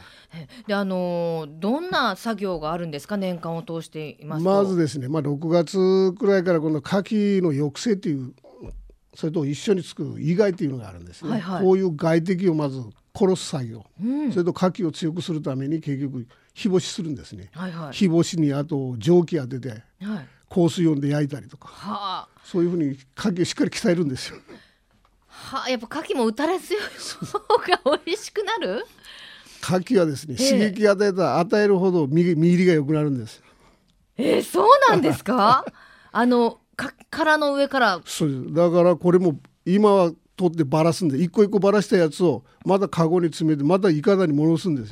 であのどんな作業があるんですか、年間を通していますと。 まずですね、まあ、ろくがつくらいからこの牡蠣の抑制っていう、それと一緒につく意外っていうのがあるんですね。はいはい、こういう外敵をまず殺す作業、うん、それと牡蠣を強くするために結局日干しするんですね。はいはい、日干しにあと蒸気当てて、はい、香水温で焼いたりとか、はあ、そういうふうに牡蠣をしっかり鍛えるんですよ。 はあ、やっぱ牡蠣も打たれ強い方が美味しくなる？ 牡蠣はですね、刺激与えたら与えるほど身入りが良くなるんです。 えー、そうなんですか？あの殻の上から。 そうです。だからこれも今は取ってばらすんで、一個一個ばらしたやつをまたカゴに詰めてまたいかだに戻すんですよ。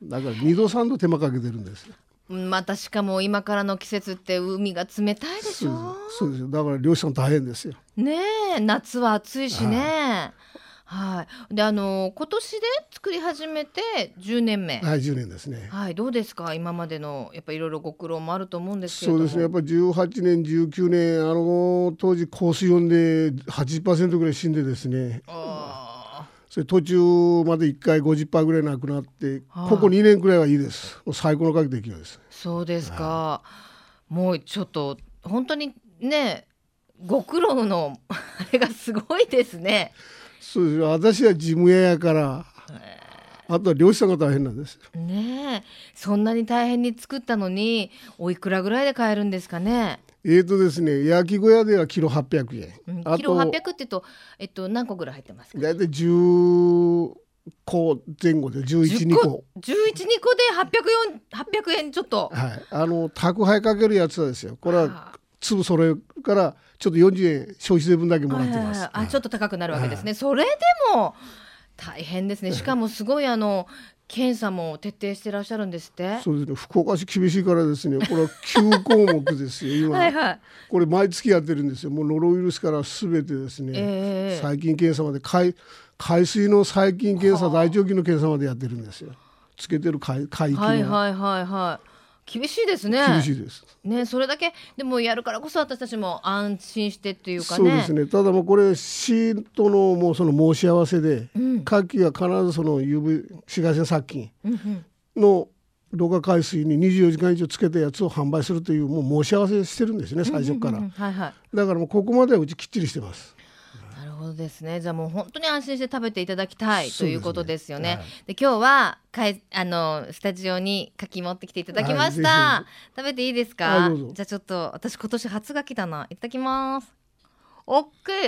だからにどさんど手間かけてるんですよ。 またしかも今からの季節って海が冷たいでしょ。 そうですよ。だから漁師さん大変ですよ。 ねえ、夏は暑いしね。はい。で、あの今年で作り始めてじゅうねんめ。 はい、じゅうねんですね。 はい。どうですか、今までのやっぱいろいろご苦労もあると思うんですけれども。 そうですね。やっぱりじゅうはちねんじゅうきゅうねん、あの当時降水温で はちじゅっパーセント ぐらい死んでですね。あそれ途中までいっかい ごじゅっパーセント ぐらいなくなって、ここにねんくらいはいいです。もう最高のかけて勢いです。 そうですか。もうちょっと本当にね、ご苦労のあれがすごいですね。 そうです。私は事務屋やから、あとは漁師さんが大変なんですよ。 ねえ、そんなに大変に作ったのにおいくらぐらいで買えるんですかね。 えーとですね、焼き小屋ではキロはっぴゃくえん、 うん、キロはっぴゃくって言うと、えっと、何個ぐらい入ってますか。 だいたいじゅっこぜん後でじゅういち、にこじゅういち、にこではっぴゃくえん、はっぴゃくえんちょっと、 はい、あの宅配かけるやつはですよ、これは粒それからちょっとよんじゅうえん消費税分だけもらってます。 あ、ちょっと高くなるわけですね。それでも大変ですね。しかもすごいあの検査も徹底してらっしゃるんですって。 そうですね、福岡市厳しいからですね、これはきゅうこうもくですよ今はい、はい、これ毎月やってるんですよ。もうノロウイルスからすべてですね、えー、細菌検査まで、海、海水の細菌検査、大腸菌の検査までやってるんですよ。つけてる海、海域の、 はいはいはいはい、厳しいですね。 厳しいですね。それだけでもやるからこそ私たちも安心してっていうかね。 そうですね。ただもうこれ市とのもうその申し合わせで、うん、夏季は必ずその ユーブイ 紫外線殺菌のろ過海水ににじゅうよじかん以上つけたやつを販売するというもう申し合わせしてるんですね、最初から、はいはい、だからもうここまではうちきっちりしてます。 なるほどですね。じゃあもう本当に安心して食べていただきたいということですよね。で、ね、はい、で今日はかいあのスタジオに牡蠣持ってきていただきました、はい、食べていいですか。 はい、 じゃあちょっと私今年初牡蠣だな。いただきます。おっきい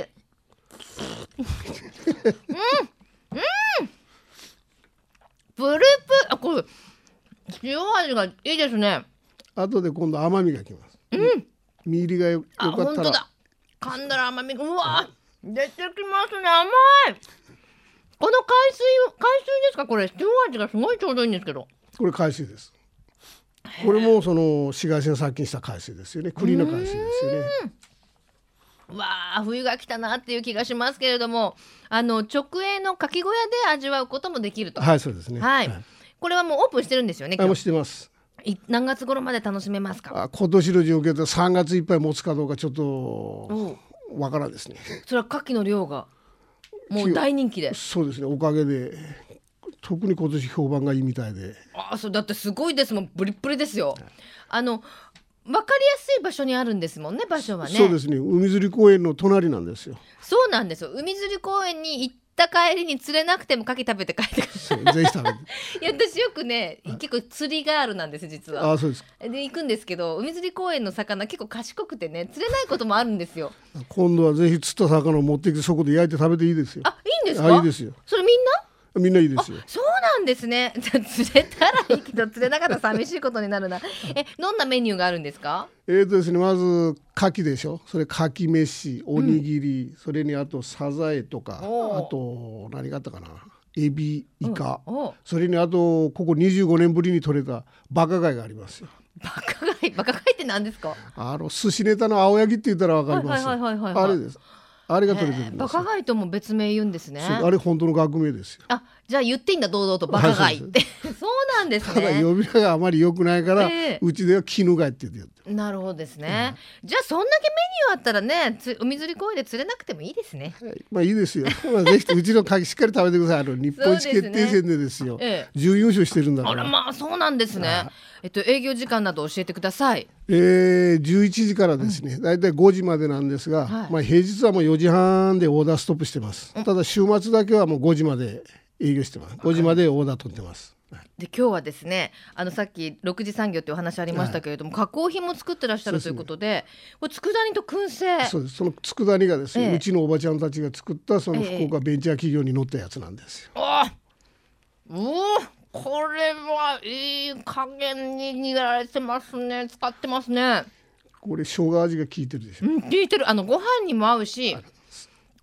うんうんプルプル、あ、これ塩味がいいですね。 後で今度甘みがきます。うん、身入りが よ, よかったら。あ、本当だ。 噛んだら甘みがうわ出てきますね。甘い。この海水海水ですか。これ塩味がすごいちょうどいいんですけど。 これ海水です。これもその紫外線殺菌した海水ですよね。クリーンな海水ですよね。 わあ、冬が来たなっていう気がしますけれども、あの直営の牡蠣小屋で味わうこともできると。 はい、そうですね。 はい。はい、これはもうオープンしてるんですよね。 あ、もうしてます。 何月頃まで楽しめますか。 あ、今年の状況でさんがついっぱい持つかどうかちょっとわからんですね。 それは牡蠣の量がもう大人気で。 そうですね、おかげで特に今年評判がいいみたいで。 あ、そうだってすごいですもん。ブリッブリですよ。あの分かりやすい場所にあるんですもんね。場所はね。 そうですね、海釣り公園の隣なんですよ。 そうなんですよ。海釣り公園に行った帰りに釣れなくても牡蠣食べて帰ってくる。 そうぜひ食べていや私よくね、結構釣りガールなんです実は。 あ、そうです。 で行くんですけど、海釣り公園の魚結構賢くてね、釣れないこともあるんですよ。 今度はぜひ釣った魚を持ってきてそこで焼いて食べていいですよ。 あ、いいんですか。 あ、いいですよ。 それみんなみんないいですよ。 そうなんですね。じゃあ釣れたらいいけど釣れなかったら寂しいことになるな。え、どんなメニューがあるんですか。 えーとですね、まず牡蠣でしょ。それ牡蠣飯、おにぎり、うん、それにあとサザエとか、あと何があったかな、エビ、イカ、それにあとここにじゅうごねんぶりに取れたバカ貝がありますよ。 バカ貝、バカ貝って何ですか。 あの寿司ネタの青柳って言ったらわかります。あれです。あれが取れてるんです。 バカ貝とも別名言うんですね。 あれ本当の学名ですよ。 あ、じゃあ言っていいんだ、堂々とバカ貝って。そうなんですね。 ただ呼び名があまり良くないから、えー、うちでは絹貝って言ってる。 なるほどですね。うん、じゃあそんだけメニューあったらね、つ海釣り公園で釣れなくてもいいですね。 はい、まあいいですよ。まあぜひうちの牡蠣しっかり食べてください。あの日本一決定戦でですよ。ええ、準優勝してるんだから。 あらまあそうなんですね。えっと営業時間など教えてください。 えー、じゅういちじからですね、だいたいごじまでなんですが、はい、まあ平日はもうよじはんでオーダーストップしてます。ただ週末だけはもうごじまで営業してます。ごじまでオーダー取ってます。 で今日はですね、あのさっきろくじ産業っていうお話ありましたけれども、はい、加工品も作ってらっしゃるということで、ね、これ佃煮と燻製。 そうです。その佃煮がですね、ええ、うちのおばちゃんたちが作ったその福岡ベンチャー企業に乗ったやつなんですよ。 ええ、あおこれはいい加減に握られてますね。使ってますね。 これ生姜味が効いてるでしょ。 うん、効いてる。あのご飯にも合うし、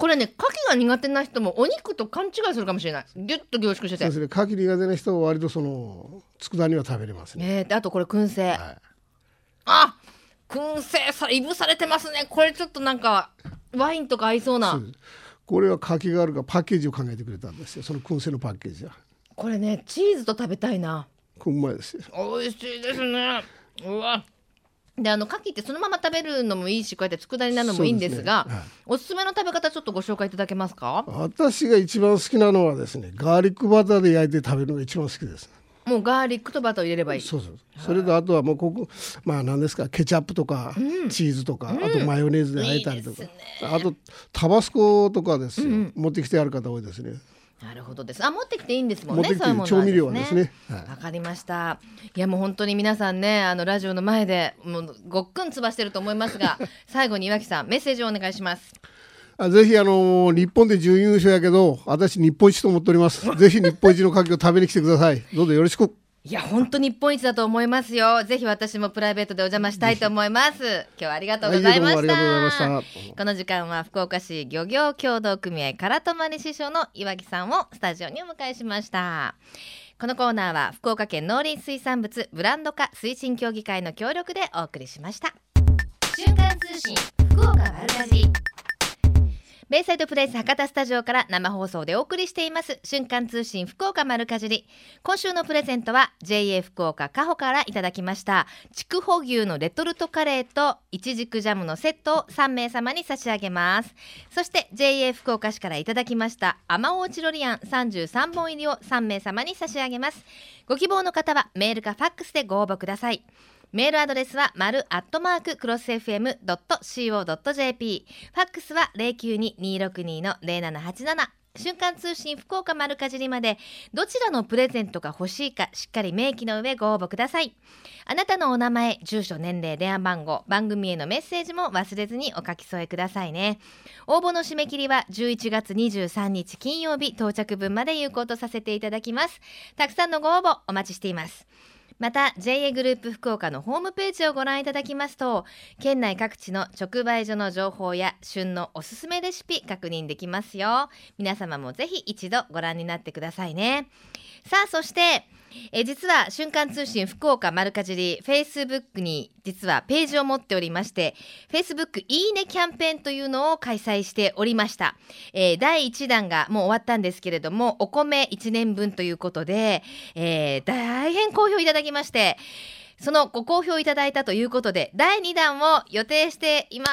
これね、牡蠣が苦手な人もお肉と勘違いするかもしれない。ギュッと凝縮してて。 そうですね、牡蠣苦手な人は割とその佃煮は食べれますね。 えー、であとこれ燻製、はい、あ、燻製さいぶされてますね。これちょっとなんかワインとか合いそうな。 そうこれは牡蠣があるからパッケージを考えてくれたんですよ、その燻製のパッケージは。 これね、チーズと食べたいな。 うまいですよ。 美味しいですね。うわであの牡蠣ってそのまま食べるのもいいし、こうやって佃煮なのもいいんですが、す、ねはい、おすすめの食べ方ちょっとご紹介いただけますか。 私が一番好きなのはですね、ガーリックバターで焼いて食べるのが一番好きです。 もうガーリックとバターを入れればいい。 そうそう、それとあとはもうここまあ何ですか、ケチャップとか、うん、チーズとか、あとマヨネーズで和えたりとか、うん、あとタバスコとかですよ、うん、持ってきてある方多いですね。 なるほどです。あ、持ってきていいんですもんね。 そういうもの調味料はですね。 わ、はい、かりました。いやもう本当に皆さんね、あのラジオの前でもうごっくんつばしてると思いますが最後に岩木さんメッセージをお願いします。 あ、ぜひあの日本で準優勝やけど私日本一と思っておりますぜひ日本一の牡蠣を食べに来てください。どうぞよろしく。 いや本当日本一だと思いますよ。ぜひ私もプライベートでお邪魔したいと思います。今日はありがとうございました。 はい、どうもありがとうございました。 この時間は福岡市漁業協同組合唐泊支所の岩木さんをスタジオにお迎えしました。このコーナーは福岡県農林水産物ブランド化推進協議会の協力でお送りしました。瞬間通信福岡丸かじり、ベイサイドプレイス博多スタジオから生放送でお送りしています瞬間通信福岡丸かじり。今週のプレゼントは ジェイエー 福岡カホからいただきました筑穂牛のレトルトカレーといちじくジャムのセットをさんめい様に差し上げます。そして ジェイエー 福岡市からいただきましたあまおうチロリアンさんじゅうさんぼん入りをさんめい様に差し上げます。ご希望の方はメールかファックスでご応募ください。メールアドレスは丸アットマーククロス エフエムドットシーオードットジェーピー、 ファックスは ゼロきゅうに にーろくに の ゼロななはちなな。瞬間通信福岡丸かじりまでどちらのプレゼントが欲しいかしっかり明記の上ご応募ください。あなたのお名前、住所、年齢、電話番号、番組へのメッセージも忘れずにお書き添えくださいね。応募の締め切りはじゅういちがつにじゅうさんにち金曜日到着分まで有効とさせていただきます。たくさんのご応募お待ちしています。また ジェイエー グループ福岡のホームページをご覧いただきますと、県内各地の直売所の情報や旬のおすすめレシピ確認できますよ。皆様もぜひ一度ご覧になってくださいね。さあそしてえ実は瞬間通信福岡丸かじり Facebook に実はページを持っておりまして、 Facebook いいねキャンペーンというのを開催しておりました。えー、だいいちだんがもう終わったんですけれども、お米いちねんぶんということで、えー、大変好評いただきまして、そのご好評いただいたということでだいにだんを予定しています。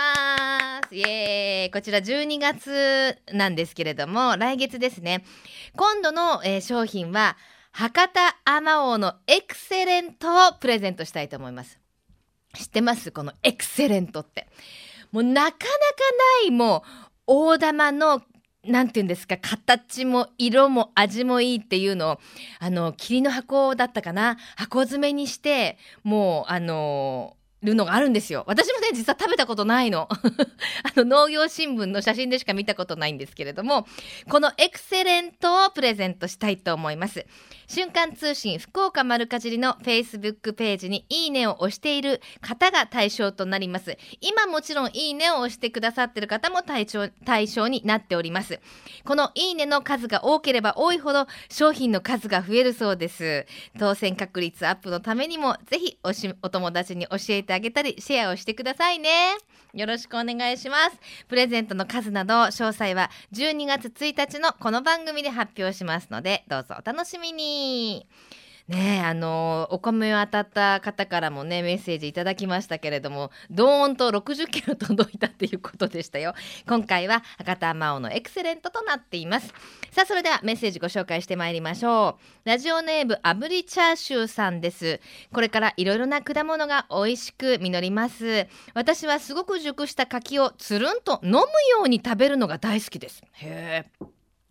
イエーイ。こちらじゅうにがつなんですけれども、来月ですね。今度の、えー、商品は博多あまおうのエクセレントをプレゼントしたいと思います。知ってます？このエクセレントってもうなかなかない、もう大玉のなんていうんですか、形も色も味もいいっていうのをあの霧の箱だったかな、箱詰めにしてもうあのるのがあるんですよ。私もね実は食べたことないのあの農業新聞の写真でしか見たことないんですけれども、このエクセレントをプレゼントしたいと思います。瞬間通信福岡丸かじりの Facebook ページにいいねを押している方が対象となります。今もちろんいいねを押してくださっている方も対象、対象になっております。このいいねの数が多ければ多いほど商品の数が増えるそうです。当選確率アップのためにもぜひ お, しお友達に教えてあげたりシェアをしてくださいね。よろしくお願いします。プレゼントの数など詳細はじゅうにがつついたちのこの番組で発表しますので、どうぞお楽しみに。ねえ、あのお米を当たった方からもねメッセージいただきましたけれども、ドーンとろくじゅっキロ届いたっていうことでしたよ。今回は博多あまおうのエクセレントとなっています。さあそれではメッセージご紹介してまいりましょう。ラジオネーム炙りチャーシューさんです。これからいろいろな果物が美味しく実ります。私はすごく熟した柿をつるんと飲むように食べるのが大好きです。へえ。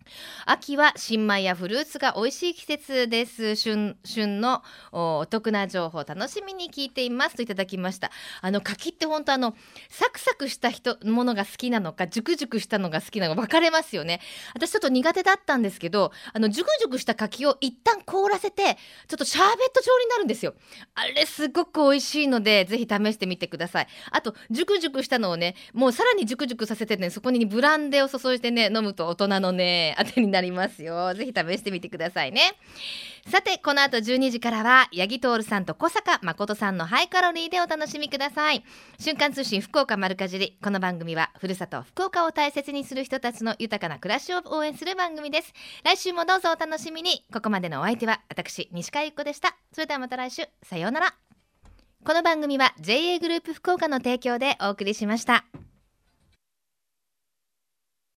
秋は新米やフルーツが美味しい季節です。旬、旬のお得な情報楽しみに聞いていますといただきました。あの柿って本当あのサクサクした人ものが好きなのかジュクジュクしたのが好きなのか分かれますよね。私ちょっと苦手だったんですけど、あのジュクジュクした柿を一旦凍らせてちょっとシャーベット状になるんですよ。あれすごく美味しいのでぜひ試してみてください。あとジュクジュクしたのをね、もうさらにジュクジュクさせてね、そこにブランデーを注いでね飲むと大人のね当てになりますよ。ぜひ試してみてくださいね。さてこの後じゅうにじからは八木徹さんと小坂誠さんのハイカロリーでお楽しみください。瞬間通信福岡丸かじり、この番組はふるさと福岡を大切にする人たちの豊かな暮らしを応援する番組です。来週もどうぞお楽しみに。ここまでのお相手は私西川由紀子でした。それではまた来週、さようなら。この番組は ジェイエー グループ福岡の提供でお送りしました。